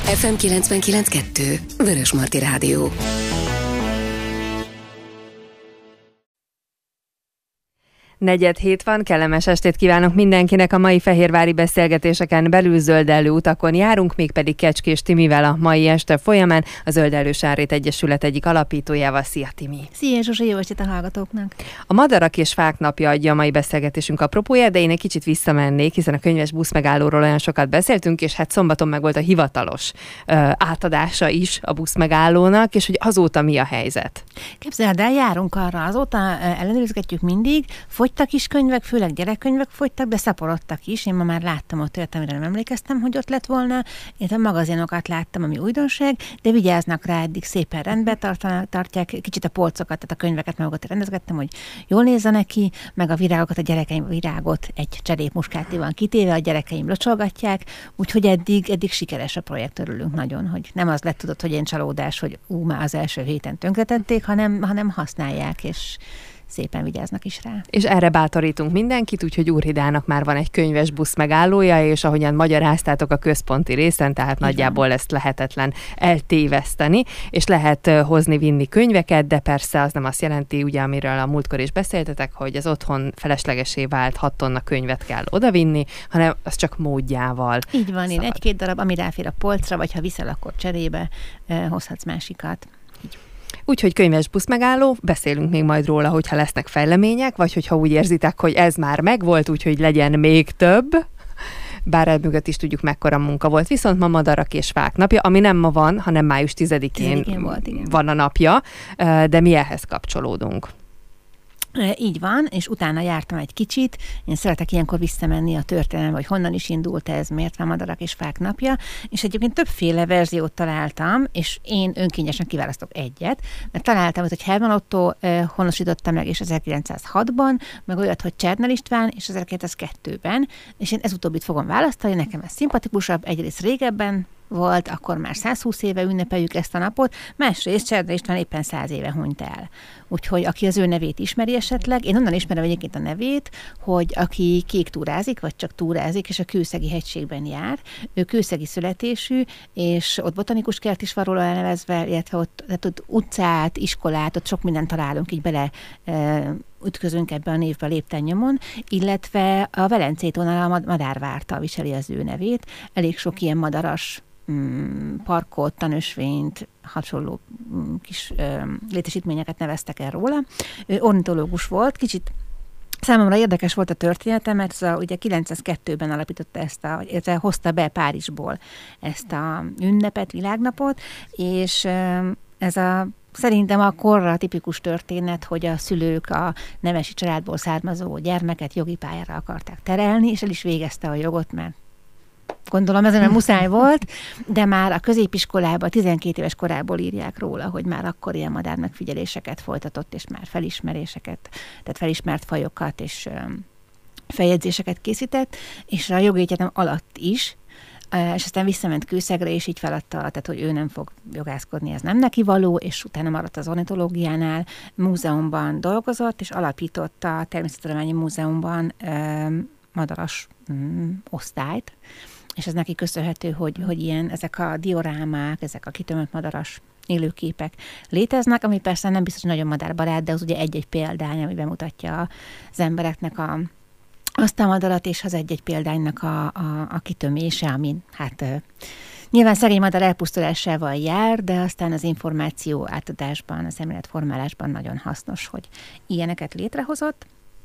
FM 99.2 Vörösmarty Rádió. Negyed hét van, kellemes estét kívánok mindenkinek. A mai fehérvári beszélgetéseken belül zöldellő utakon járunk, mégpedig Kecskés Timivel a mai este folyamán, a Zöldellő Sárrét Egyesület egyik alapítójával. Szia, Timi! Szia, Zsuzsi, jó estét a hallgatóknak! A Madarak és Fák napja adja a mai beszélgetésünk apropóját, de én egy kicsit visszamennék, hiszen a könyves buszmegállóról olyan sokat beszéltünk, és hát szombaton meg volt a hivatalos átadása is a buszmegállónak, és hogy azóta mi a helyzet? Képzeld el, járunk arra, azóta ellenőrizgetjük mindig, fogytak is könyvek, főleg gyerekkönyvek fogytak, de szaporodtak is. Én ma már láttam ott olyat, amire nem emlékeztem, hogy ott lett volna. Én a magazinokat láttam, ami újdonság, de vigyáznak rá, eddig szépen rendbe tartják, kicsit a polcokat, tehát a könyveket magukat rendezgettem, hogy jól nézzenek ki, meg a virágokat, a gyerekeim virágot egy cserépmuskáti van kitéve, a gyerekeim locsolgatják, úgyhogy eddig sikeres a projekt, örülünk nagyon, hogy nem az lett, tudod, hogy én csalódás, hogy már az első héten tönkretették, hanem használják, és szépen vigyáznak is rá. És erre bátorítunk mindenkit, úgyhogy Úrhidának már van egy könyves busz megállója, és ahogyan magyaráztátok a központi részen, tehát nagyjából ezt lehetetlen eltéveszteni, és lehet hozni-vinni könyveket, de persze az nem azt jelenti, ugye, amiről a múltkor is beszéltetek, hogy az otthon feleslegesé vált 6 tonna könyvet kell odavinni, hanem az csak módjával. Így van, én 1-2 darab, ami ráfér a polcra, vagy ha viszel, akkor cserébe hozhatsz másikat. Úgyhogy könyves buszmegálló, beszélünk még majd róla, hogyha lesznek fejlemények, vagy hogyha úgy érzitek, hogy ez már megvolt, úgyhogy legyen még több. Bár mögött is tudjuk, mekkora munka volt. Viszont ma Madarak és Fák napja, ami nem ma van, hanem május 10-én van a napja, de mi ehhez kapcsolódunk. Így van, és utána jártam egy kicsit. Én szeretek ilyenkor visszamenni a történelembe, hogy honnan is indult ez, miért van Madarak és Fák napja, és egyébként többféle verziót találtam, és én önkényesen kiválasztok egyet, mert találtam, hogy Herman Otto honosította meg, és 1906-ban, meg olyat, hogy Csernel István, és 1902-ben, és én ez utóbbit fogom választani, nekem ez szimpatikusabb, egyrészt régebben volt, akkor már 120 éve ünnepeljük ezt a napot, másrészt Csernel István éppen 100 éve hunyt el. Úgyhogy aki az ő nevét ismeri esetleg, én onnan ismerem egyébként a nevét, hogy aki kék túrázik, vagy csak túrázik, és a Kőszegi hegységben jár, ő kőszegi születésű, és ott botanikus kert is van róla elnevezve, illetve ott utcát, iskolát, ott sok mindent találunk, így bele ütközünk ebbe a névbe lépten nyomon, illetve a Velencei tónál a Madárvárta viseli az ő nevét, elég sok ilyen madaras parkot, tanösvényt, hasonló kis létesítményeket neveztek el róla. Ő ornitológus volt, kicsit számomra érdekes volt a története, mert ugye 902-ben alapította illetve hozta be Párizsból ezt a ünnepet, világnapot, és ez szerintem a korra tipikus történet, hogy a szülők a nemesi családból származó gyermeket jogi pályára akarták terelni, és el is végezte a jogot, mert gondolom ezen a muszáj volt, de már a középiskolában, 12 éves korából írják róla, hogy már akkor ilyen madármegfigyeléseket folytatott, és már felismeréseket, tehát felismert fajokat és feljegyzéseket készített, és a jogi egyetem alatt is, és aztán visszament Kőszegre, és így feladta, tehát hogy ő nem fog jogászkodni, ez nem neki való, és utána maradt az ornitológiánál, múzeumban dolgozott, és alapította a Természettudományi Múzeumban madaras osztályt, és ez neki köszönhető, hogy ezek a diorámák, ezek a kitömött madaras élőképek léteznek, ami persze nem biztos, hogy nagyon madárbarát, de az ugye egy-egy példány, ami bemutatja az embereknek azt a madarat, és az egy-egy példánynak a kitömése, amin hát nyilván szegény madár elpusztulásával jár, de aztán az információ átadásban, az szemléletformálásban nagyon hasznos, hogy ilyeneket létrehozott,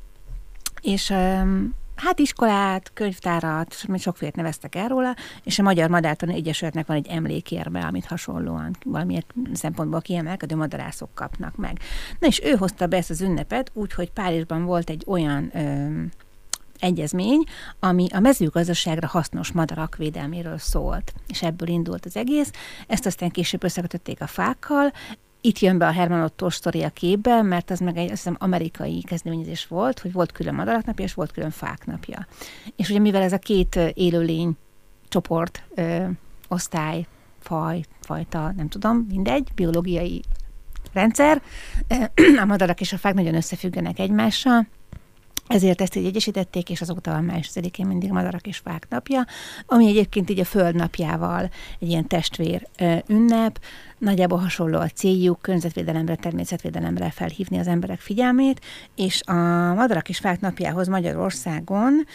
és hát iskolát, könyvtárat, sokfélét neveztek el róla, és a Magyar Madártani Egyesületnek van egy emlékérme, amit hasonlóan valamilyen szempontból kiemelkedő madarászok kapnak meg. Na és ő hozta be ezt az ünnepet, úgyhogy Párizsban volt egy olyan egyezmény, ami a mezőgazdaságra hasznos madarak védelméről szólt, és ebből indult az egész. Ezt aztán később összekötötték a fákkal. Itt jön be a Herman Otto sztori a képbe, mert az meg egy, azt hiszem, amerikai kezdeményezés volt, hogy volt külön madarak napja, és volt külön fák napja. És ugye mivel ez a két élőlény csoport, osztály, fajta, nem tudom, mindegy, biológiai rendszer, a madarak és a fák nagyon összefüggenek egymással, Ezért ezt így egyesítették, és azóta van május 10-én mindig Madarak és Fák napja, ami egyébként így a Föld napjával egy ilyen testvér ünnep. Nagyjából hasonló a céljuk, környezetvédelemre, természetvédelemre felhívni az emberek figyelmét, és a Madarak és Fák napjához Magyarországon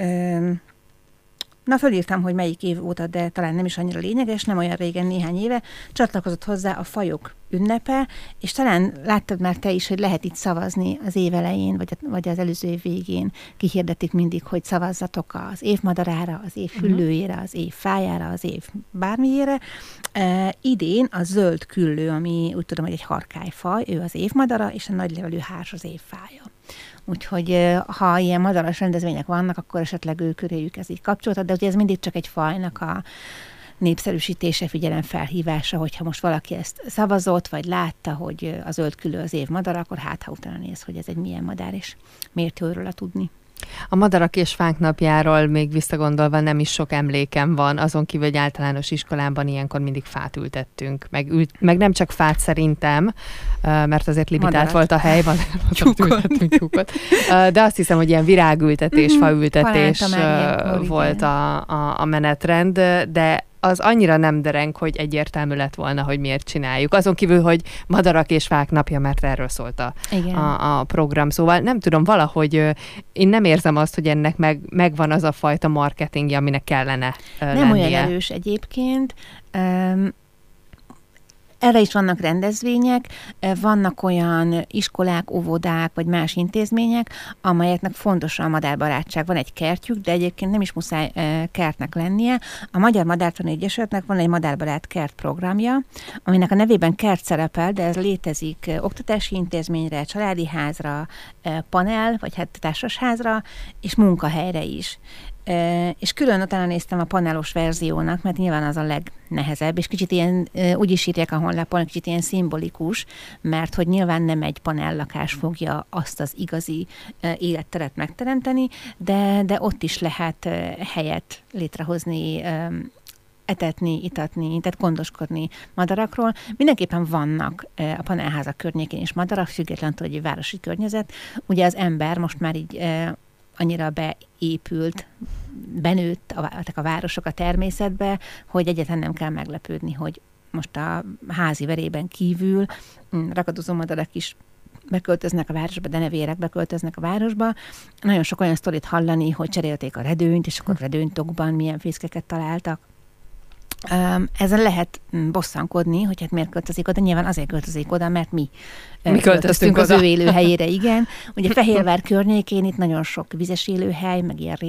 fölírtam, hogy melyik év óta, de talán nem is annyira lényeges, nem olyan régen, néhány éve, csatlakozott hozzá a fajok ünnepe, és talán láttad már te is, hogy lehet itt szavazni az év elején, vagy az előző év végén. Kihirdetik mindig, hogy szavazzatok az év madarára, az év hüllőjére, az év fájára, az év bármiére. Idén a zöld küllő, ami úgy tudom, hogy egy harkályfaj, ő az évmadara, és a nagylevelű hárs az év fája. Úgyhogy ha ilyen madaras rendezvények vannak, akkor esetleg ő köréjük ez így kapcsolódhat, de ugye ez mindig csak egy fajnak a népszerűsítése, figyelemfelhívása, hogyha most valaki ezt szavazott, vagy látta, hogy a zöld küllő az év madara, akkor ha utána néz, hogy ez egy milyen madár, és miért jó róla tudni. A Madarak és Fák napjáról még visszagondolva nem is sok emlékem van, azon kívül, hogy általános iskolában ilyenkor mindig fát ültettünk. Meg nem csak fát szerintem, mert azért limitált volt a hely, tyúkot. De azt hiszem, hogy ilyen virágültetés, faültetés volt a menetrend, de az annyira nem dereng, hogy egyértelmű lett volna, hogy miért csináljuk. Azon kívül, hogy Madarak és Fák napja, mert erről szólt a program. Szóval nem tudom, valahogy én nem érzem azt, hogy ennek megvan az a fajta marketingje, aminek kellene lennie. Nem olyan erős egyébként. Erre is vannak rendezvények, vannak olyan iskolák, óvodák, vagy más intézmények, amelyeknek fontos a madárbarátság. Van egy kertjük, de egyébként nem is muszáj kertnek lennie. A Magyar Madártani Egyesületnek van egy madárbarát kert programja, aminek a nevében kert szerepel, de ez létezik oktatási intézményre, családi házra, panel, vagy hát társasházra, és munkahelyre is. És külön utána néztem a panelos verziónak, mert nyilván az a legnehezebb, és kicsit ilyen, úgy is írják a honlapon, kicsit ilyen szimbolikus, mert hogy nyilván nem egy panellakás fogja azt az igazi életteret megteremteni, de ott is lehet helyet létrehozni, etetni, itatni, tehát gondoskodni madarakról. Mindenképpen vannak a panelházak környékén is madarak, függetlenül, hogy egy városi környezet. Ugye az ember most már így annyira beépült, benőtt a városok a természetbe, hogy egyáltalán nem kell meglepődni, hogy most a házi verében kívül rakadozó madarak is beköltöznek a városba, denevérek beköltöznek a városba. Nagyon sok olyan sztorit hallani, hogy cserélték a redőnyt, és akkor redőnytokban milyen fészkeket találtak. Ezen lehet bosszankodni, hogy hát miért költözik oda. Nyilván azért költözik oda, mert mi költöztünk az ő élőhelyére, igen. Ugye Fehérvár környékén itt nagyon sok vizes élőhely, meg ilyen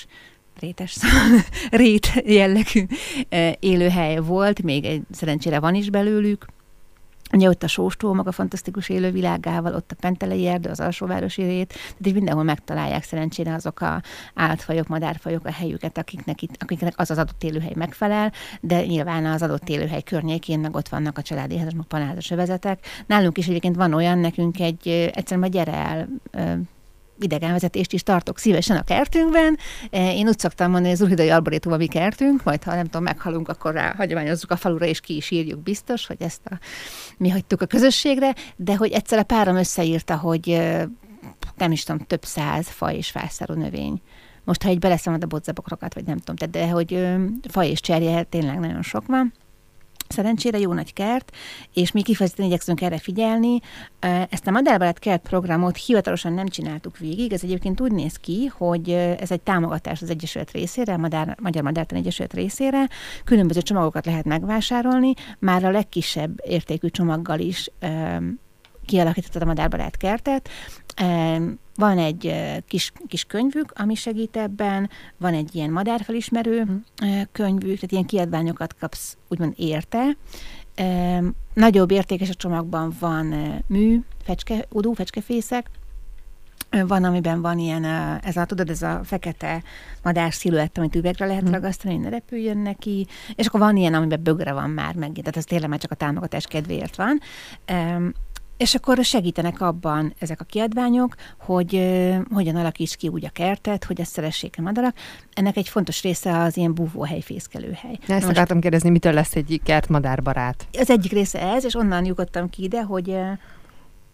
rét jellegű élőhely volt, még szerencsére van is belőlük. Ugye ott a Sóstó maga fantasztikus élővilágával, ott a Pentelei erdő, az alsóvárosi rét, tehát így mindenhol megtalálják szerencsére azok a állatfajok, madárfajok a helyüket, akiknek az adott élőhely megfelel, de nyilván az adott élőhely környékén meg ott vannak a családi házas, meg panelházas övezetek. Nálunk is egyébként van olyan, nekünk egyszerűen majd gyere el, idegenvezetést is tartok szívesen a kertünkben. Én úgy szoktam mondani, hogy az Újhidai Arborétum a mi kertünk, majd ha nem tudom, meghalunk, akkor hagyományozzuk a falura, és ki is írjuk biztos, hogy ezt mi hagytuk a közösségre, de hogy egyszer a párom összeírta, hogy nem is tudom, több 100 faj és fászárú növény. Most, ha így beleszámolod a bodzabokrokat, vagy nem tudom, de hogy faj és cserje tényleg nagyon sok van. Szerencsére jó nagy kert, és mi kifejezetten igyekszünk erre figyelni. Ezt a Madárbarát kert programot hivatalosan nem csináltuk végig, ez egyébként úgy néz ki, hogy ez egy támogatás az Egyesület részére, a Magyar Madártani Egyesület részére, különböző csomagokat lehet megvásárolni, már a legkisebb értékű csomaggal is kialakítottad a Madárbarát kertet. Van egy kis könyvük, ami segít ebben, van egy ilyen madárfelismerő könyvük, tehát ilyen kiadványokat kapsz úgymond érte. Nagyobb értékes a csomagban van fecskefészek, van, amiben van ilyen, ez a fekete madár sziluett, amit üvegre lehet ragasztani, hogy ne repüljön neki, és akkor van ilyen, amiben bögre van már megint, tehát ez tényleg már csak a támogatás kedvéért van. És akkor segítenek abban ezek a kiadványok, hogy hogyan alakíts ki úgy a kertet, hogy ezt szeressék a madarak. Ennek egy fontos része az ilyen búvóhely, fészkelőhely. Ezt akartam kérdezni, mitől lesz egy kert madárbarát? Az egyik része ez, és onnan jutottam ki ide, hogy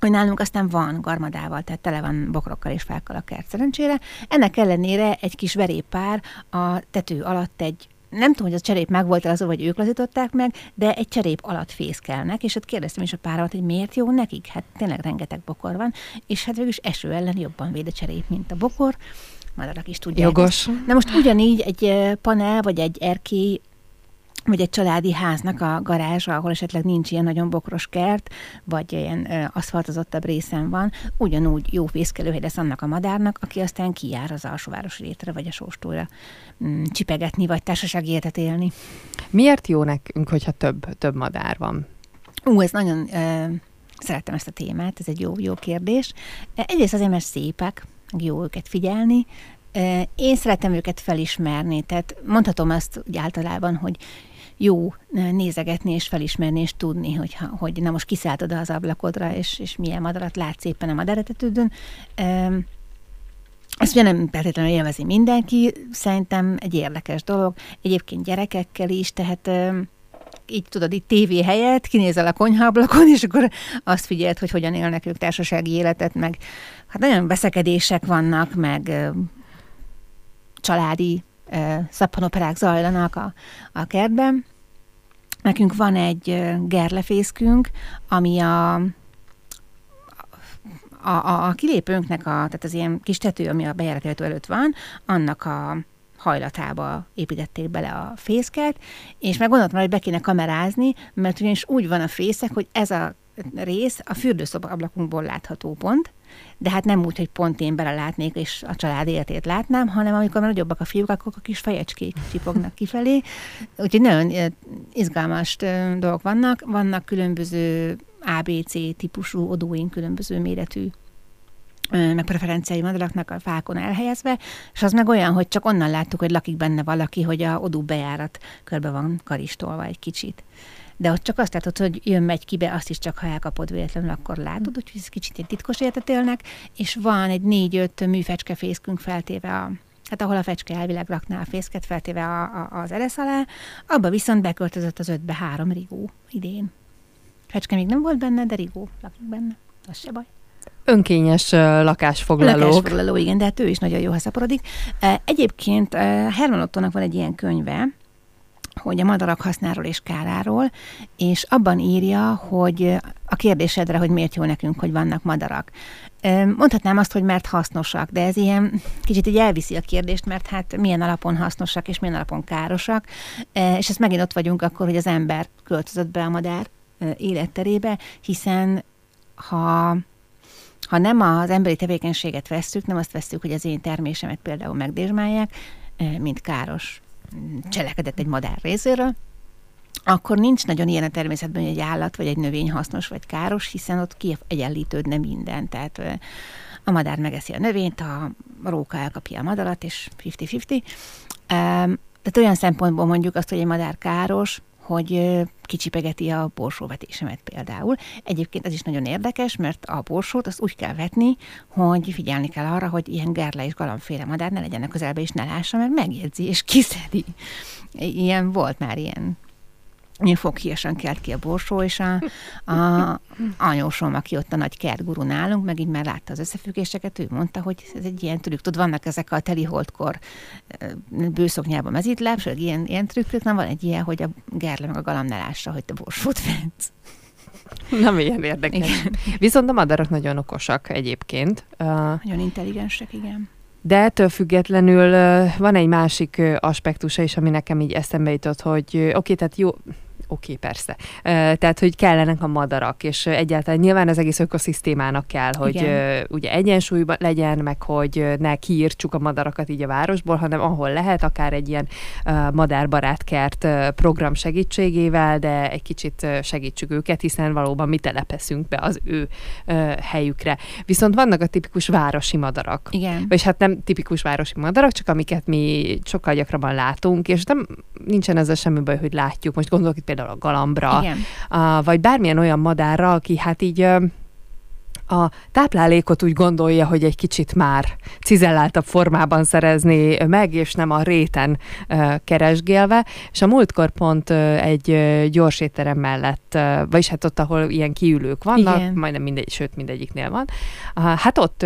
hogy nálunk aztán van garmadával, tehát tele van bokrokkal és fákkal a kert szerencsére. Ennek ellenére egy kis veréppár a tető alatt nem tudom, hogy a cserép meg volt azon, vagy ők lazították meg, de egy cserép alatt fészkelnek, és ott kérdeztem is a páromat, hogy miért jó nekik? Hát tényleg rengeteg bokor van, és hát végülis eső ellen jobban véd a cserép, mint a bokor. Madarak is tudják. Jogos. Na most ugyanígy egy panel, vagy egy erkély, vagy egy családi háznak a garázsa, ahol esetleg nincs ilyen nagyon bokros kert, vagy ilyen aszfaltozottabb részen van, ugyanúgy jó fészkelőhely lesz annak a madárnak, aki aztán kijár az alsóvárosi rétre, vagy a sóstóra csipegetni, vagy társasági életet élni. Miért jó nekünk, hogyha több madár van? Ez nagyon... Szerettem ezt a témát, ez egy jó kérdés. Egyrészt azért, mert szépek, jó őket figyelni. Én szeretem őket felismerni, tehát mondhatom azt úgy általában, hogy jó nézegetni és felismerni és tudni, hogy na most kiszállt oda az ablakodra, és milyen madarat látsz éppen a madaretetődön. Ezt ugye nem feltétlenül élvezi mindenki, szerintem egy érdekes dolog. Egyébként gyerekekkel is, tehát így tudod, itt tévé helyett kinézel a konyhaablakon, és akkor azt figyeld, hogy hogyan élnek ők társasági életet, meg hát nagyon veszekedések vannak, meg családi szappanoperák zajlanak a kertben. Nekünk van egy gerlefészkünk, ami a kilépőnknek, tehát az ilyen kis tető, ami a bejáratajtó előtt van, annak a hajlatába építették bele a fészket, és meg gondoltam, hogy be kéne kamerázni, mert ugyanis úgy van a fészek, hogy ez a rész a fürdőszoba ablakunkból látható pont, de hát nem úgy, hogy pont én belelátnék, és a család életét látnám, hanem amikor már nagyobbak a fiúk, akkor a kis fejecskék csipognak kifelé. Úgyhogy nagyon izgalmas dolgok vannak. Vannak különböző ABC típusú odóink, különböző méretű meg preferenciái madaraknak a fákon elhelyezve, és az meg olyan, hogy csak onnan láttuk, hogy lakik benne valaki, hogy a odú bejárat körbe van karistolva egy kicsit. De ott csak azt látod, hogy jön-megy kibe, azt is csak ha elkapod véletlenül, akkor látod, úgyhogy ez kicsit egy titkos életet élnek, és van egy 4-5 műfecskefészkünk feltéve hát ahol a fecske elvileg rakná a fészket, feltéve az eresz alá, abba viszont beköltözött az 5-be 3 rigó idén. Fecske még nem volt benne, de rigó lakik benne. Az se baj. Önkényes lakásfoglalók. Lakásfoglaló, igen, de hát ő is nagyon jó, ha szaporodik. Egyébként Herman Ottónak van egy ilyen könyve, hogy a madarak hasznáról és káráról, és abban írja, hogy a kérdésedre, hogy miért jó nekünk, hogy vannak madarak. Mondhatnám azt, hogy mert hasznosak, de ez ilyen kicsit így elviszi a kérdést, mert hát milyen alapon hasznosak és milyen alapon károsak, és ezt megint ott vagyunk akkor, hogy az ember költözött be a madár életterébe, hiszen ha nem az emberi tevékenységet vesszük, nem azt vesszük, hogy az én termésemet például megdézsmálják, mint káros cselekedet egy madár részéről, akkor nincs nagyon ilyen a természetben, hogy egy állat vagy egy növény hasznos vagy káros, hiszen ott kiegyenlítődne minden. Tehát a madár megeszi a növényt, a róka elkapja a madarat, és 50-50. Tehát olyan szempontból mondjuk azt, hogy egy madár káros, hogy kicsipegeti a borsóvetésemet például. Egyébként ez is nagyon érdekes, mert a borsót azt úgy kell vetni, hogy figyelni kell arra, hogy ilyen gerle és galambféle madár ne legyenek közelbe, és ne lássa, mert megjegyzi és kiszedi. Ilyen volt már ilyen foghíjasan kelt ki a borsó, és a anyósom, aki ott a nagy kertguru nálunk, meg így már látta az összefüggéseket, ő mondta, hogy ez egy ilyen trükk. Tud, vannak ezek a teliholdkor bőszoknyában mezítláb, ilyen trükkök, nem van egy ilyen, hogy a gerle meg a galamb ne lássa, hogy te borsót vetsz. Nem ilyen érdekes. Igen. Viszont a madarak nagyon okosak egyébként. Nagyon intelligensek, igen. De ettől függetlenül van egy másik aspektusa is, ami nekem így eszembe jutott, hogy tehát jó, persze. Tehát, hogy kellenek a madarak, és egyáltalán nyilván az egész ökoszisztémának kell, hogy ugye egyensúlyban legyen, meg hogy ne kiírtsuk a madarakat így a városból, hanem ahol lehet, akár egy ilyen madárbarát kert program segítségével, de egy kicsit segítsük őket, hiszen valóban mi telepeszünk be az ő helyükre. Viszont vannak a tipikus városi madarak. Igen. Vagyis hát nem tipikus városi madarak, csak amiket mi sokkal gyakrabban látunk, és nincsen ezzel semmi baj, hogy látjuk. Most gondolok itt például a galambra, vagy bármilyen olyan madárra, aki hát így A táplálékot úgy gondolja, hogy egy kicsit már cizelláltabb formában szerezni meg, és nem a réten keresgélve, és a múltkor pont egy gyors étterem mellett, vagyis hát ott, ahol ilyen kiülők vannak, igen. Majdnem mindegy, sőt mindegyiknél van. Hát ott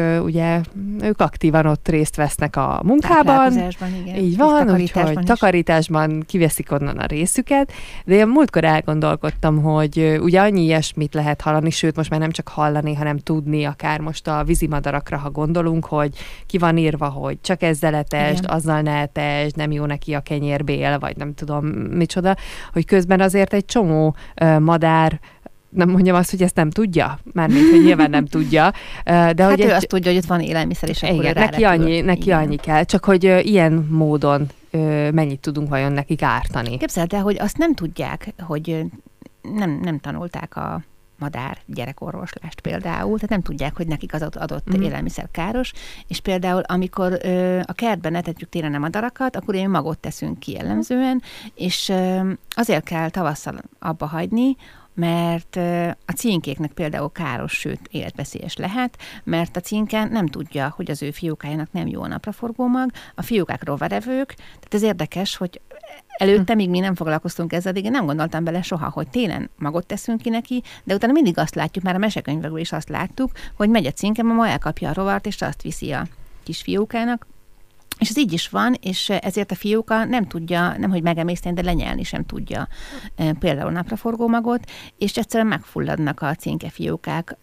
ők aktívan ott részt vesznek a munkában. Igen. Így van, úgyhogy takarításban kiveszik onnan a részüket, de én múltkor elgondolkodtam, hogy ugye annyi ilyesmit lehet hallani, sőt most már nem csak hallani, hanem tudni, akár most a vízimadarakra, ha gondolunk, hogy ki van írva, hogy csak ezzel etesd, azzal ne etesd, nem jó neki a kenyérbél, vagy nem tudom micsoda, hogy közben azért egy csomó madár, nem mondjam azt, hogy ezt nem tudja, mármint, hogy nyilván nem tudja. De hát hogy ő azt tudja, hogy ott van élelmiszer, és akkor igen, neki annyi kell, csak hogy ilyen módon mennyit tudunk vajon nekik ártani. Képzeld el, hogy azt nem tudják, hogy nem tanulták a madár gyerekorvoslást például, tehát nem tudják, hogy nekik az adott élelmiszer káros, és például amikor a kertben etetjük télen a madarakat, akkor ilyen magot teszünk ki jellemzően, és azért kell tavasszal abba hagyni, mert a címkéknek például káros, sőt életveszélyes lehet, mert a címke nem tudja, hogy az ő fiókájának nem jó a napraforgó mag, a fiókák rovarevők, tehát ez érdekes, hogy előtte, míg mi nem foglalkoztunk ezzel, addig én nem gondoltam bele soha, hogy télen magot teszünk ki neki, de utána mindig azt látjuk, már a mesekönyvekből is azt láttuk, hogy megy a címke, ma elkapja a rovart, és azt viszi a kis fiókának. És ez így is van, és ezért a fióka nem tudja, nem hogy megemészteni, de lenyelni sem tudja például napraforgó magot, és egyszerűen megfulladnak a címkefiókák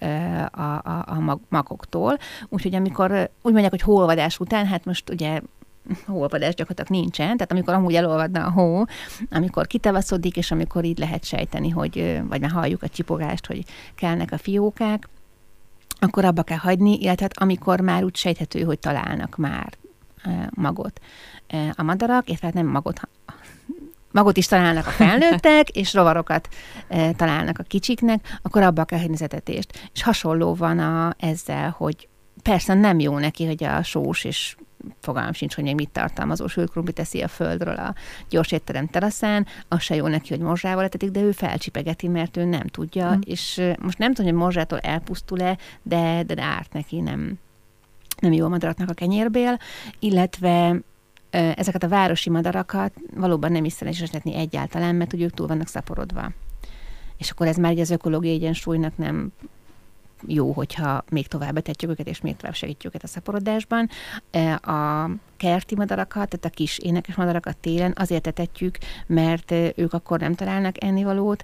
a magoktól. Úgyhogy amikor úgy mondják, hogy hóolvadás után, hát most ugye hóolvadás gyakorlatilag nincsen, tehát amikor amúgy elolvadna a hó, amikor kitavaszodik, és amikor így lehet sejteni, hogy, vagy már halljuk a csipogást, hogy kelnek a fiókák, akkor abba kell hagyni, illetve amikor már úgy sejthető, hogy találnak már magot a madarak, illetve nem magot is találnak a felnőttek, és rovarokat találnak a kicsiknek, akkor abba kell hagyni az etetést. És hasonló van ezzel, hogy persze nem jó neki, hogy a sós, és fogalmam sincs, hogy még mit tartalmazó sült krumplit teszi a földről a gyors étterem teraszán, az se jó neki, hogy morzsával etetik, de ő felcsipegeti, mert ő nem tudja, és most nem tudom, hogy morzsától elpusztul-e, de árt neki, nem jó a madaraknak a kenyérbél, illetve ezeket a városi madarakat valóban nem is szerencsésíteni egyáltalán, mert ugye ők túl vannak szaporodva. És akkor ez már az ökológiai egyensúlynak nem jó, hogyha még tovább etetjük őket, és még tovább segítjük őket a szaporodásban. A kerti madarakat, tehát a kis énekes madarakat télen azért etetjük, mert ők akkor nem találnak ennivalót,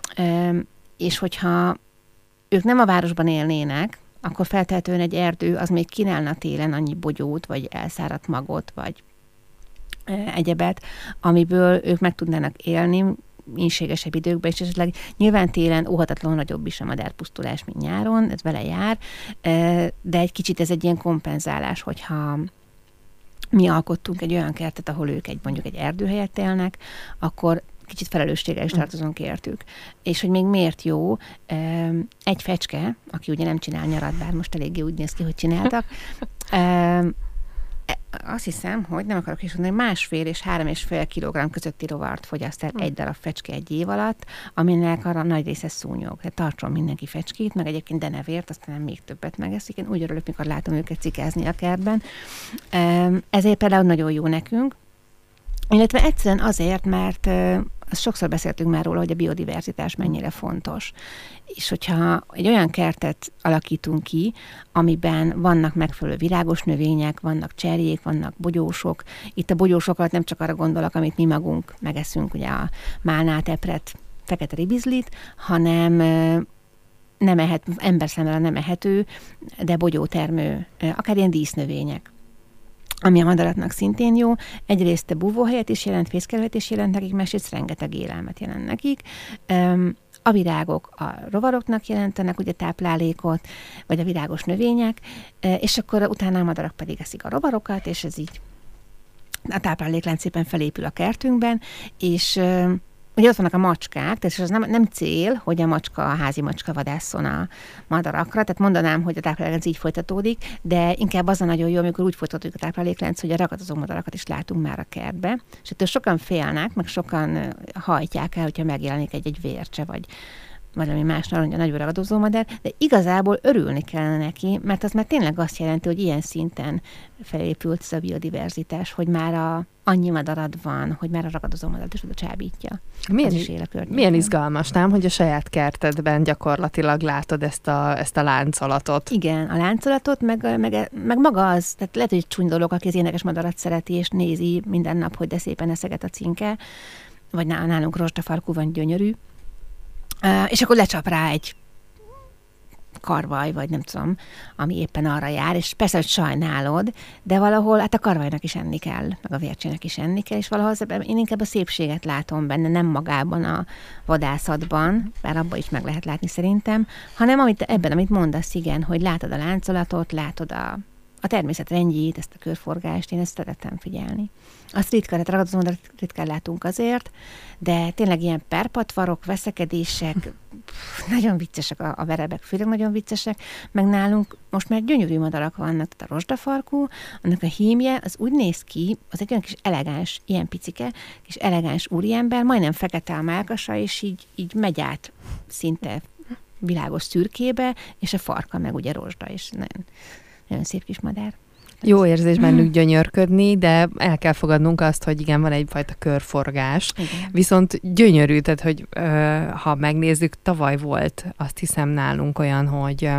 és hogyha ők nem a városban élnének, akkor feltehetően egy erdő az még kínálna télen annyi bogyót, vagy elszáradt magot, vagy egyebet, amiből ők meg tudnának élni ínségesebb időkben, és esetleg nyilván télen óhatatlanul nagyobb is a madárpusztulás, mint nyáron, ez vele jár, de egy kicsit ez egy ilyen kompenzálás, hogyha mi alkottunk egy olyan kertet, ahol ők mondjuk egy erdő helyett élnek, akkor kicsit felelősséggel is tartozunk értük. És hogy még miért jó, egy fecske, aki ugye nem csinál nyarat, bár most eléggé úgy néz ki, hogy csináltak, azt hiszem, hogy nem akarok is mondani, 1,5 és 3,5 kilogramm közötti rovart fogyaszt el egy darab fecske egy év alatt, aminek arra nagy része szúnyog. Tehát tartson mindenki fecskét, meg egyébként denevért, aztán még többet megeszik. Én úgy örülök, mikor látom őket cikázni a kertben. Ezért például nagyon jó nekünk, illetve egyszerűen azért, mert azt sokszor beszéltünk már róla, hogy a biodiverzitás mennyire fontos. És hogyha egy olyan kertet alakítunk ki, amiben vannak megfelelő virágos növények, vannak cserjék, vannak bogyósok. Itt a bogyósokat nem csak arra gondolok, amit mi magunk megeszünk, ugye a málnát, epret, fekete ribizlit, hanem nem ember számára nem ehető, de bogyótermő, akár ilyen dísznövények, ami a madaraknak szintén jó. Egyrészt a búvóhelyet is jelent, fészkelőt is jelent nekik, másrészt rengeteg élelmet jelent nekik. A virágok a rovaroknak jelentenek ugye táplálékot, vagy a virágos növények, és akkor utána a madarak pedig eszik a rovarokat, és ez így a tápláléklánc szépen felépül a kertünkben, és ugye ott vannak a macskák, tehát az nem cél, hogy a házi macska vadásszon a madarakra, tehát mondanám, hogy a tápláléklánc így folytatódik, de inkább az a nagyon jó, amikor úgy folytatódik a tápláléklánc, hogy a ragadozó madarakat is látunk már a kertbe, és ettől sokan félnek, meg sokan hajtják el, hogyha megjelenik egy vércse, vagy valami más narancs, a nagy ragadozó madár, de igazából örülni kellene neki, mert az már tényleg azt jelenti, hogy ilyen szinten felépült ez a biodiverzitás, hogy már annyi madarad van, hogy már a ragadozó madarat is oda csábítja. Milyen izgalmas, nem, hogy a saját kertedben gyakorlatilag látod ezt a láncolatot. Igen, a láncolatot, meg maga az, tehát lehet, hogy egy csúny dolog, aki az énekes madarat szereti, és nézi minden nap, hogy de szépen eszeget a cinke, vagy nálunk rozsdafarkú van, gyönyörű, és akkor lecsap rá egy karvaj, vagy nem tudom, ami éppen arra jár, és persze, hogy sajnálod, de valahol hát a karvajnak is enni kell, meg a vércsének is enni kell, és valahol én inkább a szépséget látom benne, nem magában a vadászatban, bár abban is meg lehet látni szerintem, hanem amit mondasz, igen, hogy látod a láncolatot, látod a természet rendjét, ezt a körforgást, én ezt szeretem figyelni. Azt ritkán, ragadozómadarat ritkán látunk azért, de tényleg ilyen perpatvarok, veszekedések, nagyon viccesek a verebek, főleg nagyon viccesek, meg nálunk most már gyönyörű madarak vannak, tehát a rozsdafarkú, annak a hímje, az úgy néz ki, az egy olyan kis elegáns, ilyen picike, kis elegáns úriember, majdnem fekete a mellkasa, és így megy át szinte világos szürkébe, és a farka meg ugye rozsda, és nagyon szép kis madár. Jó érzés bennük gyönyörködni, de el kell fogadnunk azt, hogy igen, van egyfajta körforgás. Igen. Viszont gyönyörű, tehát hogy ha megnézzük, tavaly volt, azt hiszem nálunk olyan, hogy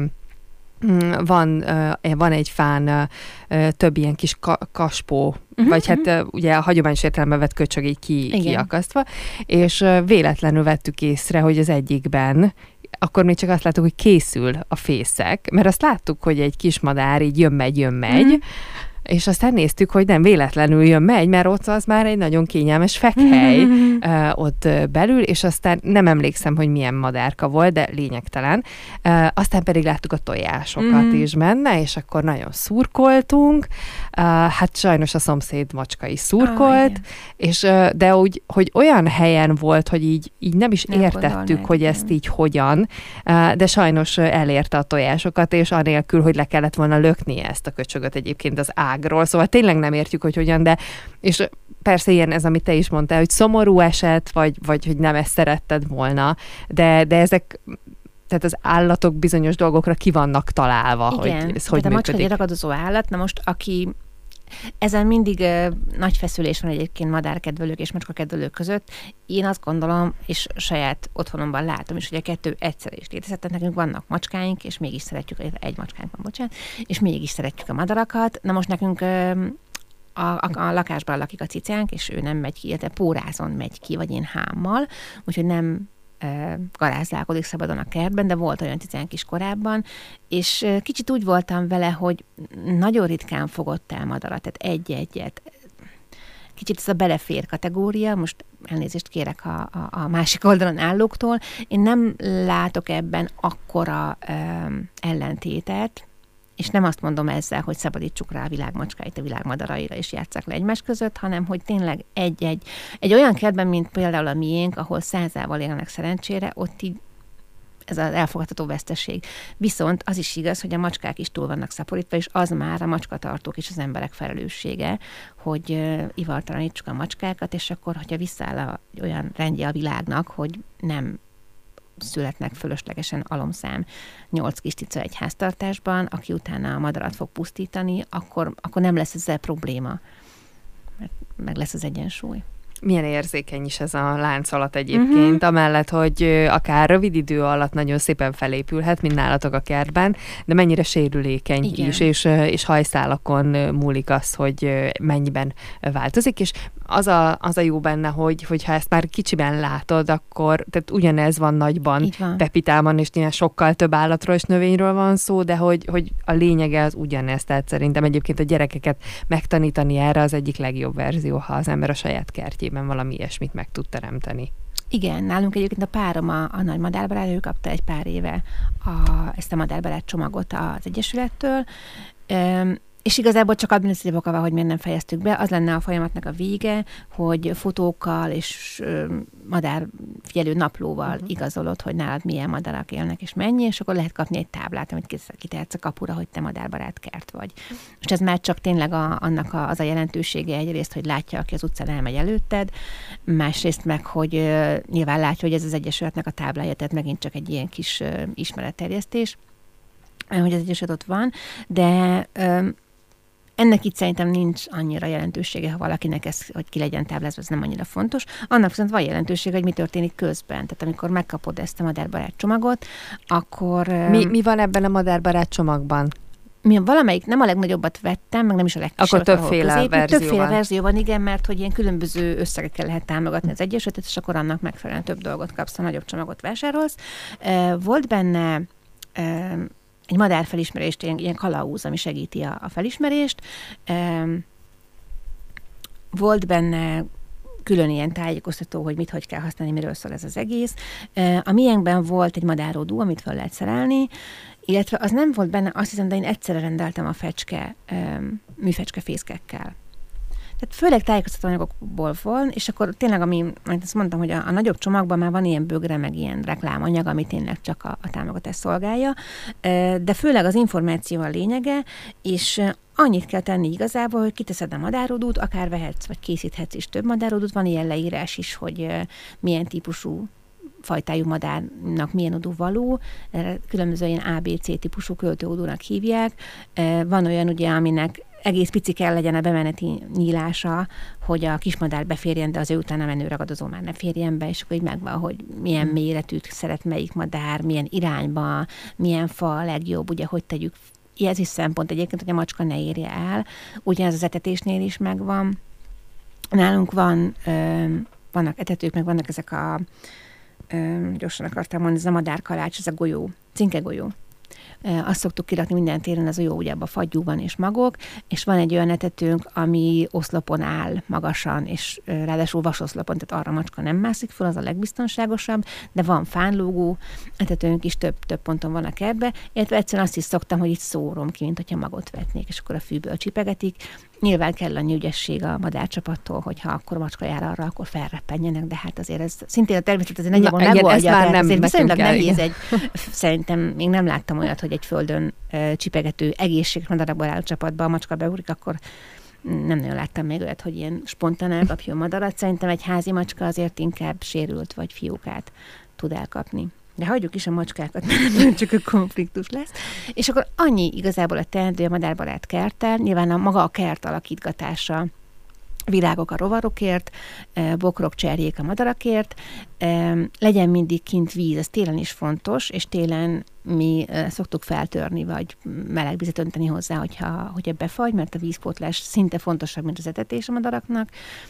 van egy fán több ilyen kis kaspó, vagy hát ugye a hagyományos értelemben vett köcsög így kiakasztva, és véletlenül vettük észre, hogy az egyikben akkor még csak azt láttuk, hogy készül a fészek, mert azt láttuk, hogy egy kis madár így jön-megy, és aztán néztük, hogy nem véletlenül jön-megy, mert ott az már egy nagyon kényelmes fekhely ott belül, és aztán nem emlékszem, hogy milyen madárka volt, de lényegtelen. Aztán pedig láttuk a tojásokat is benne, és akkor nagyon szurkoltunk. Hát sajnos a szomszéd macska is szurkolt, és de úgy, hogy olyan helyen volt, hogy így nem is értettük, hogy ezt így hogyan, de sajnos elérte a tojásokat, és anélkül, hogy le kellett volna lökni ezt a köcsögöt egyébként az ágról, szóval tényleg nem értjük, hogy hogyan, de és persze ilyen ez, amit te is mondtál, hogy szomorú eset, vagy hogy nem ezt szeretted volna, de ezek, tehát az állatok bizonyos dolgokra ki vannak találva, igen, hogy ez hogy működik. A macska egy ragadozó állat, na most aki ezen mindig nagy feszülés van egyébként madárkedvelők és macskakedvelők között. Én azt gondolom, és saját otthonomban látom is, hogy a kettő egyszerre is létezhet. Tehát nekünk vannak macskáink, és mégis szeretjük, egy macskánk van, bocsánat, és mégis szeretjük a madarakat. Na most nekünk a lakásban lakik a cicánk, és ő nem megy ki, illetve pórázon megy ki, vagy én hámmal, úgyhogy nem garázdálkodik szabadon a kertben, de volt olyan cicánk is korábban, és kicsit úgy voltam vele, hogy nagyon ritkán fogott el madarat, tehát egy-egyet. Kicsit ez a belefér kategória, most elnézést kérek a másik oldalon állóktól, én nem látok ebben akkora ellentétet, és nem azt mondom ezzel, hogy szabadítsuk rá a világmacskáit a világmadaraira, és játsszák le egymás között, hanem hogy tényleg egy olyan kertben, mint például a miénk, ahol 100-ával élnek szerencsére, ott így ez az elfogadható veszteség. Viszont az is igaz, hogy a macskák is túl vannak szaporítva, és az már a macskatartók és az emberek felelőssége, hogy ivartalanítsuk a macskákat, és akkor, hogyha visszaáll olyan rendje a világnak, hogy nem születnek fölöslegesen alomszám 8 kis cica egy háztartásban, aki utána a madarat fog pusztítani, akkor nem lesz ezzel probléma, mert meg lesz az egyensúly. Milyen érzékeny is ez a láncolat egyébként, amellett, hogy akár rövid idő alatt nagyon szépen felépülhet, mint nálatok a kertben, de mennyire sérülékeny is, és hajszálakon múlik az, hogy mennyiben változik, és az a jó benne, hogy ha ezt már kicsiben látod, akkor tehát ugyanez van nagyban Pepitában, és nyilván sokkal több állatról és növényről van szó, de hogy a lényege az ugyanez, tehát szerintem egyébként a gyerekeket megtanítani erre az egyik legjobb verzió, ha az ember a saját kertjében valami ilyesmit meg tud teremteni. Igen, nálunk egyébként a párom, a nagy madárbarát, ő kapta egy pár éve ezt a madárbarát csomagot az Egyesülettől, És igazából csak adminisztratív oka van, hogy miért nem fejeztük be. Az lenne a folyamatnak a vége, hogy fotókkal és madárfigyelő naplóval igazolod, hogy nálad milyen madarak élnek és mennyi, és akkor lehet kapni egy táblát, amit kitehetsz a kapura, hogy te madárbarát kert vagy. És ez már csak tényleg annak az a jelentősége egyrészt, hogy látja, aki az utcán elmegy előtted, másrészt meg, hogy nyilván látja, hogy ez az egyesületnek a táblája, tehát megint csak egy ilyen kis ismeretterjesztés, hogy az egyesület ott van, de ennek itt szerintem nincs annyira jelentősége, ha valakinek ez, hogy ki legyen táblázva, ez nem annyira fontos. Annak viszont van jelentősége, hogy mi történik közben. Tehát amikor megkapod ezt a madárbarát csomagot, akkor... Mi van ebben a madárbarát csomagban? Valamelyik, nem a legnagyobbat vettem, meg nem is a legkisebbat. Akkor többféle verzió Többféle verzió van, igen, mert hogy ilyen különböző összegekkel lehet támogatni az egyesületet, és akkor annak megfelelően több dolgot kapsz, ha nagyobb csomagot vásárolsz. Volt benne egy madárfelismerést, ilyen kalauz, ami segíti a felismerést. Volt benne külön ilyen tájékoztató, hogy hogy kell használni, miről szól ez az egész. A miénkben volt egy madárodú, amit fel lehet szerelni, illetve az nem volt benne, azt hiszem, de én egyszerre rendeltem a műfecske fészkekkel. Tehát főleg tájékoztató anyagokból van, és akkor tényleg, amit azt mondtam, hogy a nagyobb csomagban már van ilyen bögre, meg ilyen reklámanyag, ami tényleg csak a támogatás szolgálja, de főleg az információ a lényege, és annyit kell tenni igazából, hogy kiteszed a madárodút, akár vehetsz, vagy készíthetsz is több madárodút, van ilyen leírás is, hogy milyen típusú fajtájú madárnak milyen odú való, különböző ilyen ABC típusú költőodúnak hívják. Van olyan ugye, aminek egész pici kell legyen a bemeneti nyílása, hogy a kismadár beférjen, de az ő utána menő ragadozó már ne férjen be, és akkor így megvan, hogy milyen méretűt szeret melyik madár, milyen irányba, milyen fa a legjobb, ugye, hogy tegyük. Ez is szempont egyébként, hogy a macska ne érje el. Ugyanez az etetésnél is megvan. Nálunk vannak etetők, meg vannak ezek gyorsan akartam mondani, ez a madárkalács, ez a golyó, cinkegolyó. Azt szoktuk kirakni minden téren, az jó, ugye abban fagyú van és magok, és van egy olyan etetőnk, ami oszlopon áll magasan, és ráadásul vasoszlopon, tehát arra macska nem mászik fel, az a legbiztonságosabb, de van fánlógó etetőnk is, több ponton van a kertbe, illetve egyszerűen azt is szoktam, hogy itt szórom ki, mint hogyha magot vetnék, és akkor a fűből csipegetik. Nyilván kell annyi ügyesség a madárcsapattól, hogyha akkor a macska jár arra, akkor felreppenjenek, de hát azért ez szintén a természet azért nagyjából megoldja. Már nem viszonylag nehéz szerintem még nem láttam olyat, hogy egy földön csipegető egészséges madarakból álló csapatba a macska beugrik, akkor nem nagyon láttam még olyat, hogy ilyen spontán elkapjon madarat. Szerintem egy házi macska azért inkább sérült vagy fiókát tud elkapni. De hagyjuk is a macskákat, mert nem csak a konfliktus lesz. És akkor annyi igazából a teendő a madárbarát kerttel, nyilván maga a kert alakítgatása, virágok a rovarokért, bokrok, cserjék a madarakért, legyen mindig kint víz, ez télen is fontos, és télen mi szoktuk feltörni, vagy melegvizet önteni hozzá, hogyha befagy, mert a vízpótlás szinte fontosabb, mint az etetés a madaraknak.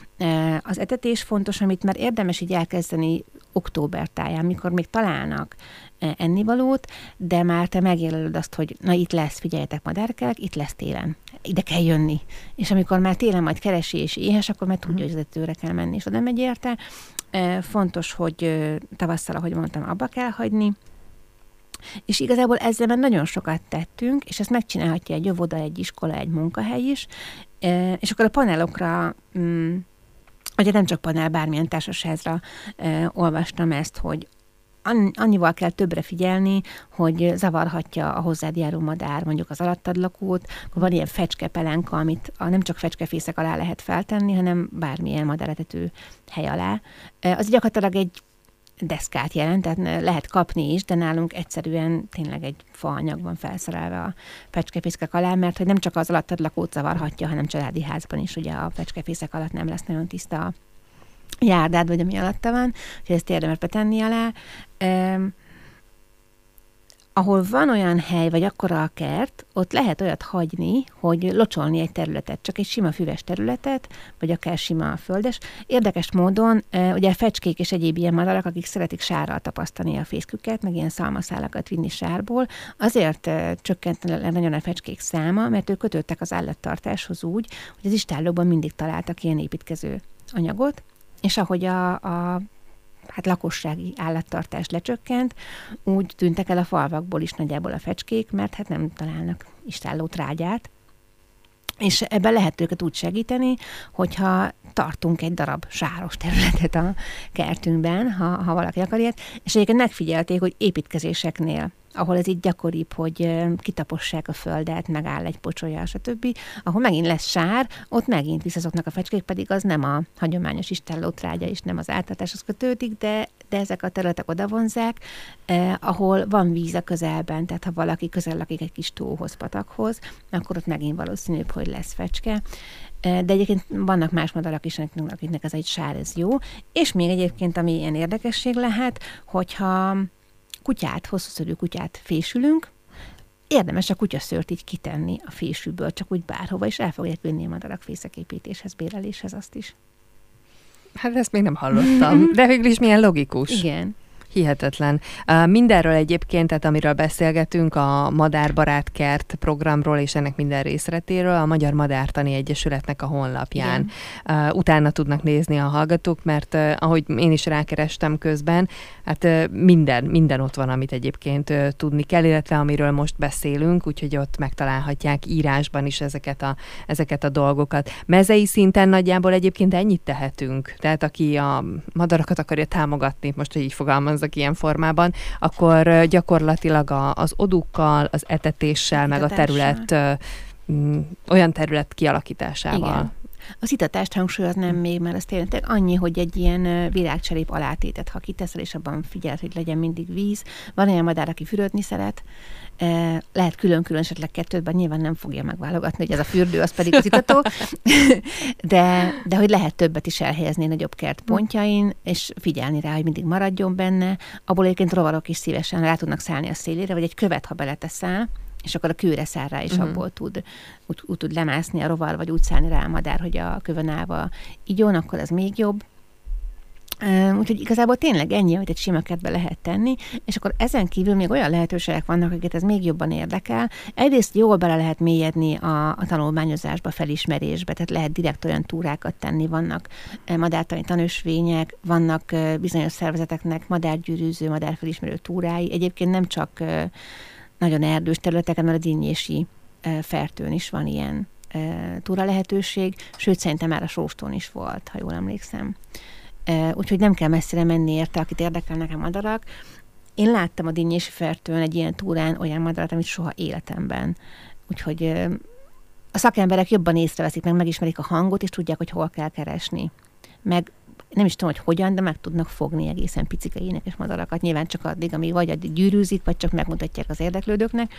Az etetés fontos, amit már érdemes így elkezdeni október táján, mikor még találnak ennivalót, de már te megjelölöd azt, hogy na itt lesz, figyeljetek madárkák, itt lesz télen. Ide kell jönni. És amikor már télen majd keresi és éhes, akkor már tudja, hogy az etetőre kell menni, és oda megy érte. Fontos, hogy tavasszal, ahogy mondtam, abba kell hagyni. És igazából ezzel már nagyon sokat tettünk, és ezt megcsinálhatja egy óvoda, egy iskola, egy munkahely is. És akkor a panelokra, ugye nem csak panel, bármilyen társasházra olvastam ezt, hogy annyival kell többre figyelni, hogy zavarhatja a hozzád járó madár, mondjuk az alattad lakót, akkor van ilyen fecskepelenka, amit nem csak fecskefészek alá lehet feltenni, hanem bármilyen madáretető hely alá. Az gyakorlatilag egy deszkát jelent, tehát lehet kapni is, de nálunk egyszerűen tényleg egy faanyag van felszerelve a fecskefészek alá, mert hogy nem csak az alattad lakót zavarhatja, hanem családi házban is, ugye a fecskefészek alatt nem lesz nagyon tiszta a járdád, vagy ami alatta van, hogy ezt érdemes betenni alá. Ahol van olyan hely, vagy akkora a kert, ott lehet olyat hagyni, hogy locsolni egy területet, csak egy sima füves területet, vagy akár sima földes. Érdekes módon, ugye a fecskék és egyéb ilyen madarak, akik szeretik sárral tapasztani a fészküket, meg ilyen szalmaszálakat vinni sárból, azért csökkent nagyon a fecskék száma, mert ők kötődtek az állattartáshoz úgy, hogy az istállóban mindig találtak ilyen építkező anyagot, és ahogy a lakossági állattartás lecsökkent, úgy tűntek el a falvakból is nagyjából a fecskék, mert hát nem találnak istálló trágyát. És ebben lehet őket úgy segíteni, hogyha tartunk egy darab sáros területet a kertünkben, ha valaki akar ilyet, és egyébként megfigyelték, hogy építkezéseknél, ahol ez így gyakoribb, hogy kitapossák a földet, megáll egy pocsolya, stb., ahol megint lesz sár, ott megint visszazoknak a fecskék, pedig az nem a hagyományos istállótrágya, és nem az ártatáshoz kötődik, de ezek a területek oda vonzák, ahol van víz a közelben, tehát ha valaki közel lakik egy kis tóhoz, patakhoz, akkor ott megint valószínűbb, hogy lesz fecske. De egyébként vannak más madarak is, akiknek ez egy sár, ez jó. És még egyébként, ami ilyen érdekesség lehet, hogyha hosszúszörű kutyát fésülünk, érdemes a kutyaszőrt így kitenni a fésűből, csak úgy bárhova, és el fogják vinni a madarak fészeképítéshez, béreléshez azt is. Hát ezt még nem hallottam, de végül is milyen logikus. Igen. Hihetetlen. Mindenről egyébként, tehát amiről beszélgetünk, a Madárbarát Kert programról és ennek minden részletéről a Magyar Madártani Egyesületnek a honlapján. Utána tudnak nézni a hallgatók, mert ahogy én is rákerestem közben, hát minden ott van, amit egyébként tudni kell, illetve amiről most beszélünk, úgyhogy ott megtalálhatják írásban is ezeket a dolgokat. Mezei szinten nagyjából egyébként ennyit tehetünk. Tehát aki a madarakat akarja támogatni, most, hogy így fogalmaz ilyen formában, akkor gyakorlatilag az odukkal, az etetéssel, meg a terület, olyan terület kialakításával. Igen. Az itatást hangsúlyoznám még, mert az tényleg annyi, hogy egy ilyen virágcserép alátétet, ha kiteszel, és abban figyeld, hogy legyen mindig víz. Van olyan madár, aki fürödni szeret, lehet külön-külön esetleg kettőben, nyilván nem fogja megválogatni, hogy ez a fürdő, az pedig az itató, de hogy lehet többet is elhelyezni nagyobb kert pontjain, és figyelni rá, hogy mindig maradjon benne. Abból egyébként rovarok is szívesen rá tudnak szállni a szélére, vagy egy követ, ha beleteszel, és akkor a kőre száll rá, és abból úgy tud lemászni a rovar, vagy úgy szállni rá a madár, hogy a kövön állva igyon, akkor az még jobb. Úgyhogy igazából tényleg ennyi, hogy egy sima kertbe lehet tenni, és akkor ezen kívül még olyan lehetőségek vannak, akiket ez még jobban érdekel. Egyrészt jól bele lehet mélyedni a tanulmányozásba, felismerésbe, tehát lehet direkt olyan túrákat tenni, vannak madártani tanösvények, vannak bizonyos szervezeteknek madárgyűrűző, madárfelismerő túrái. Egyébként nem csak nagyon erdős területeken, mert a Dinnyési Fertőn is van ilyen túra lehetőség, sőt szerintem már a Sóstón is volt, ha jól emlékszem. Úgyhogy nem kell messzire menni érte, akit érdekelnek a madarak. Én láttam a Dinnyési Fertőn egy ilyen túrán olyan madarat, amit soha életemben. Úgyhogy a szakemberek jobban észreveszik, meg megismerik a hangot, és tudják, hogy hol kell keresni. Meg nem is tudom, hogy hogyan, de meg tudnak fogni egészen picike énekes madarakat. Nyilván csak addig, amíg vagy gyűrűzik, vagy csak megmutatják az érdeklődőknek.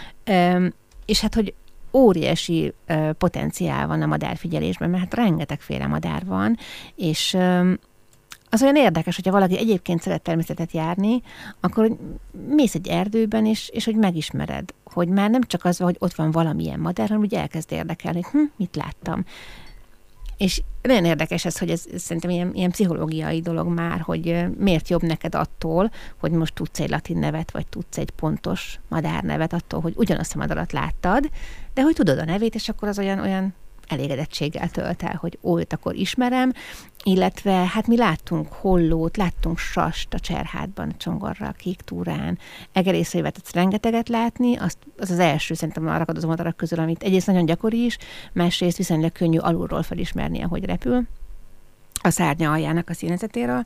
És hát, hogy óriási potenciál van a madárfigyelésben, mert hát rengetegféle madár van, és az olyan érdekes, hogyha valaki egyébként szeret természetet járni, akkor mész egy erdőben, és hogy megismered, hogy már nem csak az van, hogy ott van valamilyen madár, hanem úgy elkezd érdekelni, hogy mit láttam. És nagyon érdekes ez, hogy ez szerintem ilyen pszichológiai dolog már, hogy miért jobb neked attól, hogy most tudsz egy latin nevet, vagy tudsz egy pontos madárnevet attól, hogy ugyanazt a madarat láttad, de hogy tudod a nevét, és akkor az olyan elégedettséggel tölt el, hogy őt akkor ismerem, illetve hát mi láttunk hollót, láttunk sast a Cserhátban, a Csongorra, a Kék túrán, egerészőjévet rengeteget látni, az első szerintem a ragadozó madarak közül, amit egyrészt nagyon gyakori is, másrészt viszonylag könnyű alulról felismerni, ahogy repül, a szárnya aljának a színezetéről.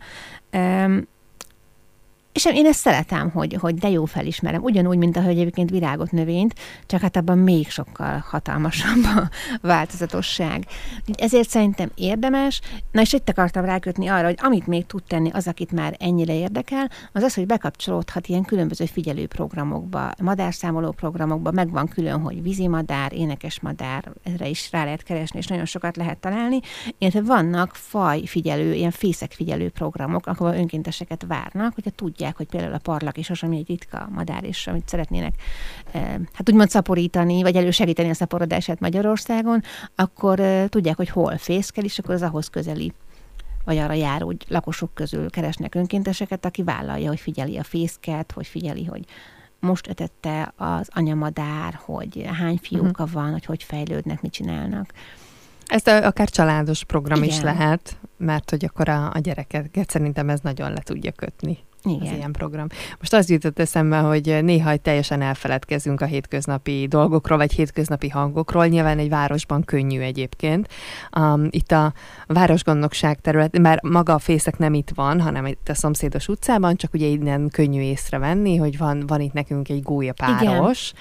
És én ezt szeretem, hogy de jó felismerem. Ugyanúgy, mint ahogy egyébként virágot, növényt, csak hát abban még sokkal hatalmasabb a változatosság. Ezért szerintem érdemes. Na és itt akartam rákötni arra, hogy amit még tud tenni az, akit már ennyire érdekel, az az, hogy bekapcsolódhat ilyen különböző figyelőprogramokba, madárszámoló programokba, megvan külön, hogy vízimadár, énekesmadár, erre is rá lehet keresni, és nagyon sokat lehet találni. Illetve vannak fajfigyelő, ilyen fészekfigyelő programok, ahol önkénteseket várnak, hogyha tudják, hogy például a parlakisos, ami egy ritka madár, és amit szeretnének hát úgymond szaporítani, vagy elősegíteni a szaporodását Magyarországon, akkor tudják, hogy hol fészkel, és akkor az ahhoz közeli, vagy arra járó lakosok közül keresnek önkénteseket, aki vállalja, hogy figyeli a fészket, hogy figyeli, hogy most etette az anyamadár, hogy hány fióka van, hogy fejlődnek, mit csinálnak. Ez akár családos program Igen. is lehet, mert hogy akkor a gyerekeket szerintem ez nagyon le tudja kötni. Igen. Az ilyen program. Most az jutott eszembe, hogy néha teljesen elfeledkezünk a hétköznapi dolgokról, vagy hétköznapi hangokról. Nyilván egy városban könnyű egyébként. Itt a városgondnokság terület, mert maga a fészek nem itt van, hanem itt a szomszédos utcában, csak ugye innen könnyű észrevenni, hogy van itt nekünk egy gólyapáros,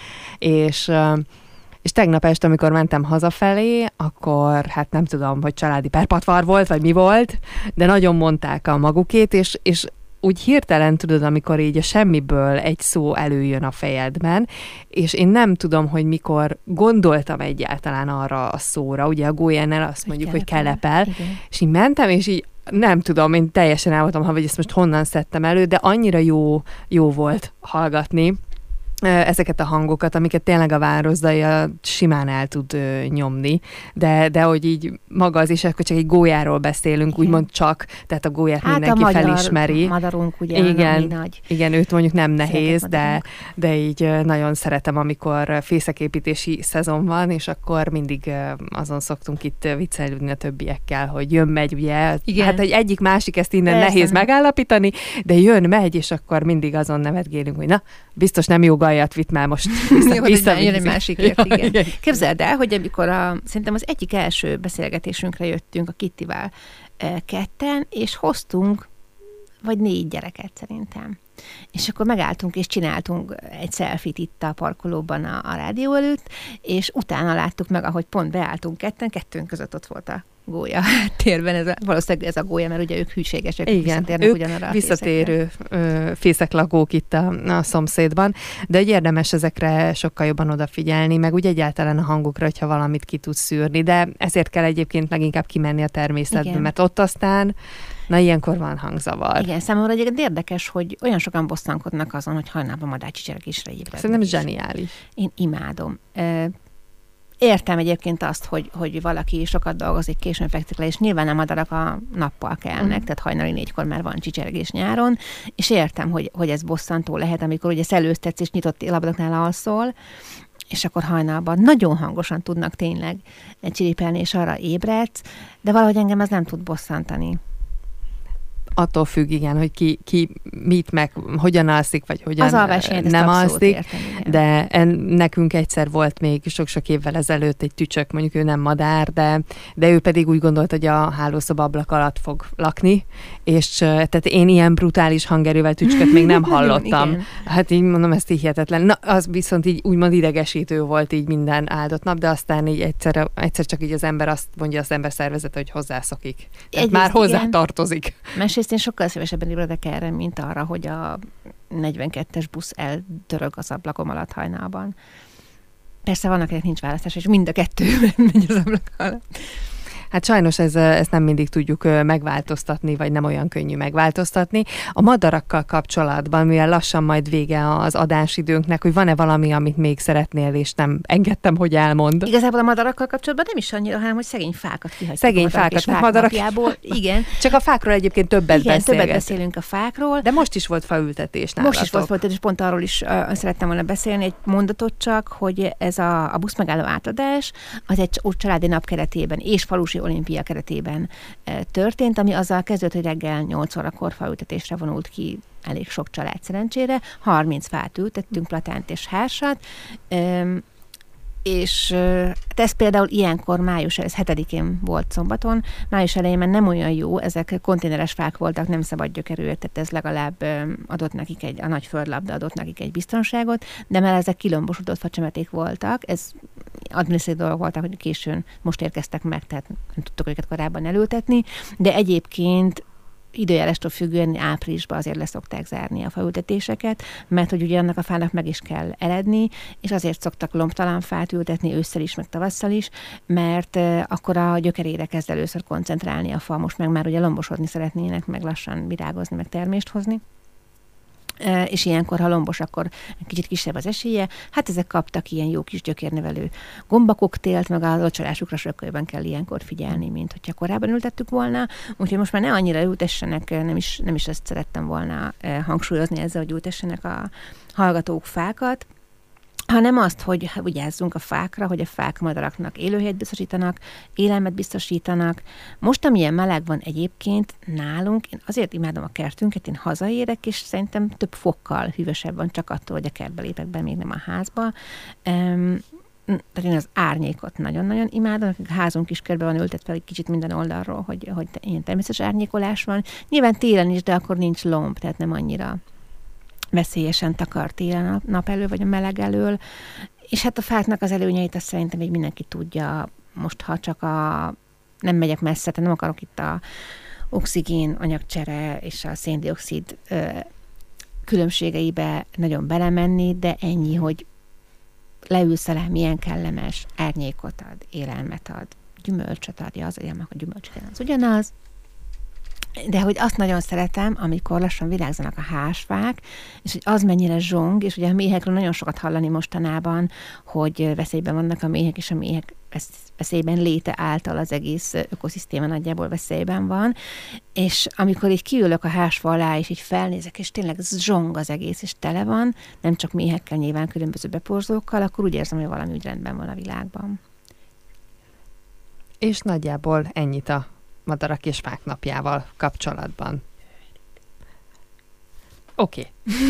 és tegnap este, amikor mentem hazafelé, akkor hát nem tudom, hogy családi perpatvar volt, vagy mi volt, de nagyon mondták a magukét, és úgy hirtelen tudod, amikor így a semmiből egy szó előjön a fejedben, és én nem tudom, hogy mikor gondoltam egyáltalán arra a szóra, ugye a gólyánál azt mondjuk, hogy kelepel, és így mentem, és így nem tudom, én teljesen el voltam, hogy ezt most honnan szedtem elő, de annyira jó volt hallgatni ezeket a hangokat, amiket tényleg a városdaja simán el tud nyomni, de hogy így maga az is, akkor csak egy gólyáról beszélünk, igen. Úgymond csak, tehát a gólyát mindenki felismeri. Madarunk ugye, igen, nagy. Igen, őt mondjuk nem nehéz, de így nagyon szeretem, amikor fészeképítési szezon van, és akkor mindig azon szoktunk itt viccelődni a többiekkel, hogy jön-megy, ugye, igen. Hát egyik másik ezt innen nehéz megállapítani, de jön-megy, és akkor mindig azon nevetgélünk, hogy na, biztos nem jó gajat vitt már most jön egy másikért, igen. Képzeld el, hogy amikor szerintem az egyik első beszélgetésünkre jöttünk a Kittivel ketten, és hoztunk vagy 4 gyereket szerintem. És akkor megálltunk, és csináltunk egy selfie-t itt a parkolóban a rádió előtt, és utána láttuk meg, ahogy pont beálltunk kettőnk között ott volt a gólya háttérben, valószínűleg ez a gólya, mert ugye ők hűségesek, visszatérnek ugyanarra a visszatérő fészeklakók itt a szomszédban, de hogy érdemes ezekre sokkal jobban odafigyelni, meg úgy egyáltalán a hangokra, hogyha valamit ki tudsz szűrni, de ezért kell egyébként leginkább kimenni a természetbe, igen. Mert ott aztán ilyenkor van hangzavar. Igen, számomra egyébként érdekes, hogy olyan sokan bosszankodnak azon, hogy hajnalban madárcsicsergésre ébrednek. Szerintem zseniális. Én imádom. Értem egyébként azt, hogy valaki sokat dolgozik, későn fekszik le, és nyilván a madarak a nappal kelnek, tehát hajnali 4-kor már van csicsergés nyáron, és értem, hogy ez bosszantó lehet, amikor ugye szellőztetsz és nyitott labdaknál alszol, és akkor hajnalban nagyon hangosan tudnak tényleg csiripelni, és arra ébredsz, de valahogy engem ez nem tud bosszantani. Attól függ, igen, hogy ki mit meg, hogyan alszik, vagy hogyan nem alszik, értem, de nekünk egyszer volt még sok-sok évvel ezelőtt egy tücsök, mondjuk ő nem madár, de ő pedig úgy gondolt, hogy a hálószoba ablak alatt fog lakni, és tehát én ilyen brutális hangerővel tücsköt még nem hallottam. Hát így mondom, ez így hihetetlen. Na, az viszont így úgymond idegesítő volt így minden áldott nap, de aztán így egyszer csak így az ember azt mondja, az ember szervezete, hogy hozzászokik. Tehát már hozzá tartozik. Másrészt én sokkal szívesebben ébredek erre, mint arra, hogy a 42-es busz eldörög az ablakom alatt hajnalban. Persze vannak, akik nincs választás, és mind a kettő megy az ablak alatt. Hát sajnos ezt nem mindig tudjuk megváltoztatni, vagy nem olyan könnyű megváltoztatni. A madarakkal kapcsolatban, mivel lassan majd vége az adásidőnknek, hogy van-e valami, amit még szeretnél, és nem engedtem, hogy elmond? Igazából a madarakkal kapcsolatban nem is annyira, hanem hogy szegény fákat kihagyjuk. Szegény fákat, madarak. Igen. Csak a fákról egyébként többet beszélünk a fákról. De most is volt faültetés nálatok. Most is volt faültetés, pont arról is szerettem volna beszélni, egy mondatot csak, hogy ez a buszmegálló átadás, az egy családi nap keretében és falusi olimpia keretében történt, ami azzal kezdődött, hogy reggel 8 órakor faültetésre vonult ki elég sok család szerencsére. 30 fát ültettünk, platánt és hársat, és ez például ilyenkor ez 7-én volt szombaton, május elején már nem olyan jó, ezek konténeres fák voltak, nem szabad gyökerűek, tehát ez legalább adott nekik a nagy földlabda adott nekik egy biztonságot, de már ezek kilombosodott facsemeték voltak, ez adminisztratív dolgok voltak, hogy későn most érkeztek meg, tehát nem tudtuk őket korábban elültetni, de egyébként időjárástól függően áprilisban azért leszokták zárni a faültetéseket, mert hogy ugye annak a fának meg is kell eledni, és azért szoktak lombtalan fát ültetni ősszel is, meg tavasszal is, mert akkor a gyökerére kezd először koncentrálni a fa, most meg már ugye lombosodni szeretnének, meg lassan virágozni, meg termést hozni. És ilyenkor, ha lombos, akkor kicsit kisebb az esélye. Hát ezek kaptak ilyen jó kis gyökérnevelő gombakoktélt, meg a locsolásukra sokkal kell ilyenkor figyelni, mint hogyha korábban ültettük volna. Úgyhogy most már ne annyira ültessenek, nem is ezt szerettem volna hangsúlyozni ezzel, hogy ültessenek a hallgatók fákat. hanem azt, hogy vigyázzunk a fákra, hogy a fák madaraknak élőhelyet biztosítanak, élelmet biztosítanak. Most, amilyen meleg van egyébként nálunk, én azért imádom a kertünket, én hazaérek, és szerintem több fokkal hűvösebb van csak attól, hogy a kertbe lépek be, még nem a házba. Tehát én az árnyékot nagyon-nagyon imádom, a házunk is körbe van ültetve egy kicsit minden oldalról, hogy ilyen természetes árnyékolás van. Nyilván télen is, de akkor nincs lomb, tehát nem annyira veszélyesen takar télen a nap elől, vagy a meleg elől. És hát a fáknak az előnyeit azt szerintem még mindenki tudja. Most, ha csak nem megyek messze, tehát nem akarok itt a oxigén, anyagcsere és a széndioxid különbségeibe nagyon belemenni, de ennyi, hogy leülsz alá, milyen kellemes, árnyékot ad, élelmet ad, gyümölcsöt adja, az a gyümölcs az ugyanaz. De hogy azt nagyon szeretem, amikor lassan virágzanak a házfák, és hogy az mennyire zsong, és ugye a méhekről nagyon sokat hallani mostanában, hogy veszélyben vannak a méhek, és a méhek veszélyben léte által az egész ökoszisztéma nagyjából veszélyben van, és amikor így kiülök a házfa alá, és így felnézek, és tényleg zsong az egész, és tele van, nem csak méhekkel, nyilván különböző beporzókkal, akkor úgy érzem, hogy valami úgy rendben van a világban. És nagyjából ennyit a Madarak és Fák napjával kapcsolatban. Oké.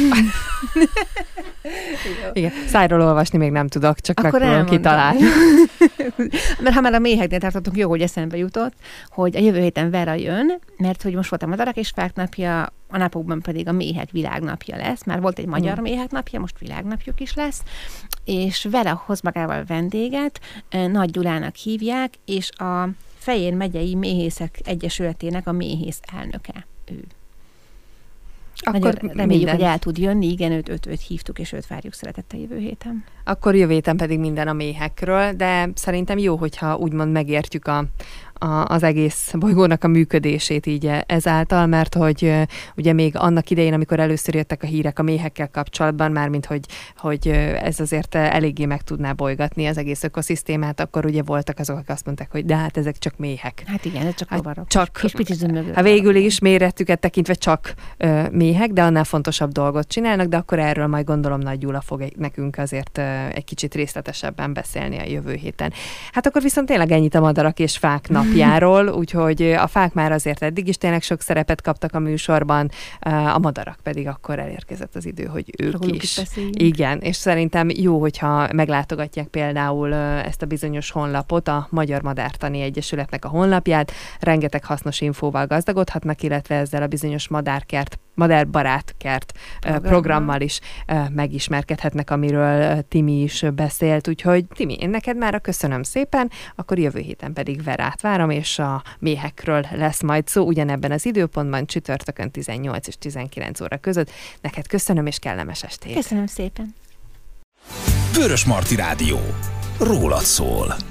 Igen, szájról olvasni még nem tudok, csak akkor megpróbálom kitalálni. Mert ha már a méheknél tartottunk, jó, hogy eszembe jutott, hogy a jövő héten Vera jön, mert hogy most volt a Madarak és Fák napja, a napokban pedig a méhek világnapja lesz. Már volt egy magyar méhek napja, most világnapjuk is lesz. És Vera hoz magával vendéget, Nagy Gyulának hívják, és a Fejér megyei Méhészek Egyesületének a méhész elnöke ő. Akkor nagyon reméljük, hogy el tud jönni, igen, őt hívtuk, és őt várjuk szeretettel jövő héten. Akkor jövő héten pedig minden a méhekről, de szerintem jó, hogyha úgymond megértjük az egész bolygónak a működését így ezáltal, mert hogy ugye még annak idején, amikor először jöttek a hírek a méhekkel kapcsolatban, mármint hogy ez azért eléggé meg tudná bolygatni az egész ökoszisztémát, akkor ugye voltak azok, akik azt mondták, hogy de hát ezek csak méhek. Hát igen, ez csak rovarok. És picit zömögő. Hát végül is méretüket tekintve csak méhek, de annál fontosabb dolgot csinálnak, de akkor erről majd gondolom Nagy Gyula fog nekünk azért egy kicsit részletesebben beszélni a jövő héten. Hát akkor viszont tényleg ennyit a Madarak és Fák napjáról, úgyhogy a fák már azért eddig is tényleg sok szerepet kaptak a műsorban, a madarak pedig akkor elérkezett az idő, hogy ők is. Igen, és szerintem jó, hogyha meglátogatják például ezt a bizonyos honlapot, a Magyar Madártani Egyesületnek a honlapját, rengeteg hasznos infóval gazdagodhatnak, illetve ezzel a bizonyos madárbarát kert programmal is megismerkedhetnek, amiről Timi is beszélt, úgyhogy Timi, én neked már köszönöm szépen, akkor jövő héten pedig Verát várom, és a méhekről lesz majd szó ugyanebben az időpontban, csütörtökön 18 és 19 óra között. Neked köszönöm, és kellemes estét! Köszönöm szépen! Vörösmarty Rádió. Rólad szól.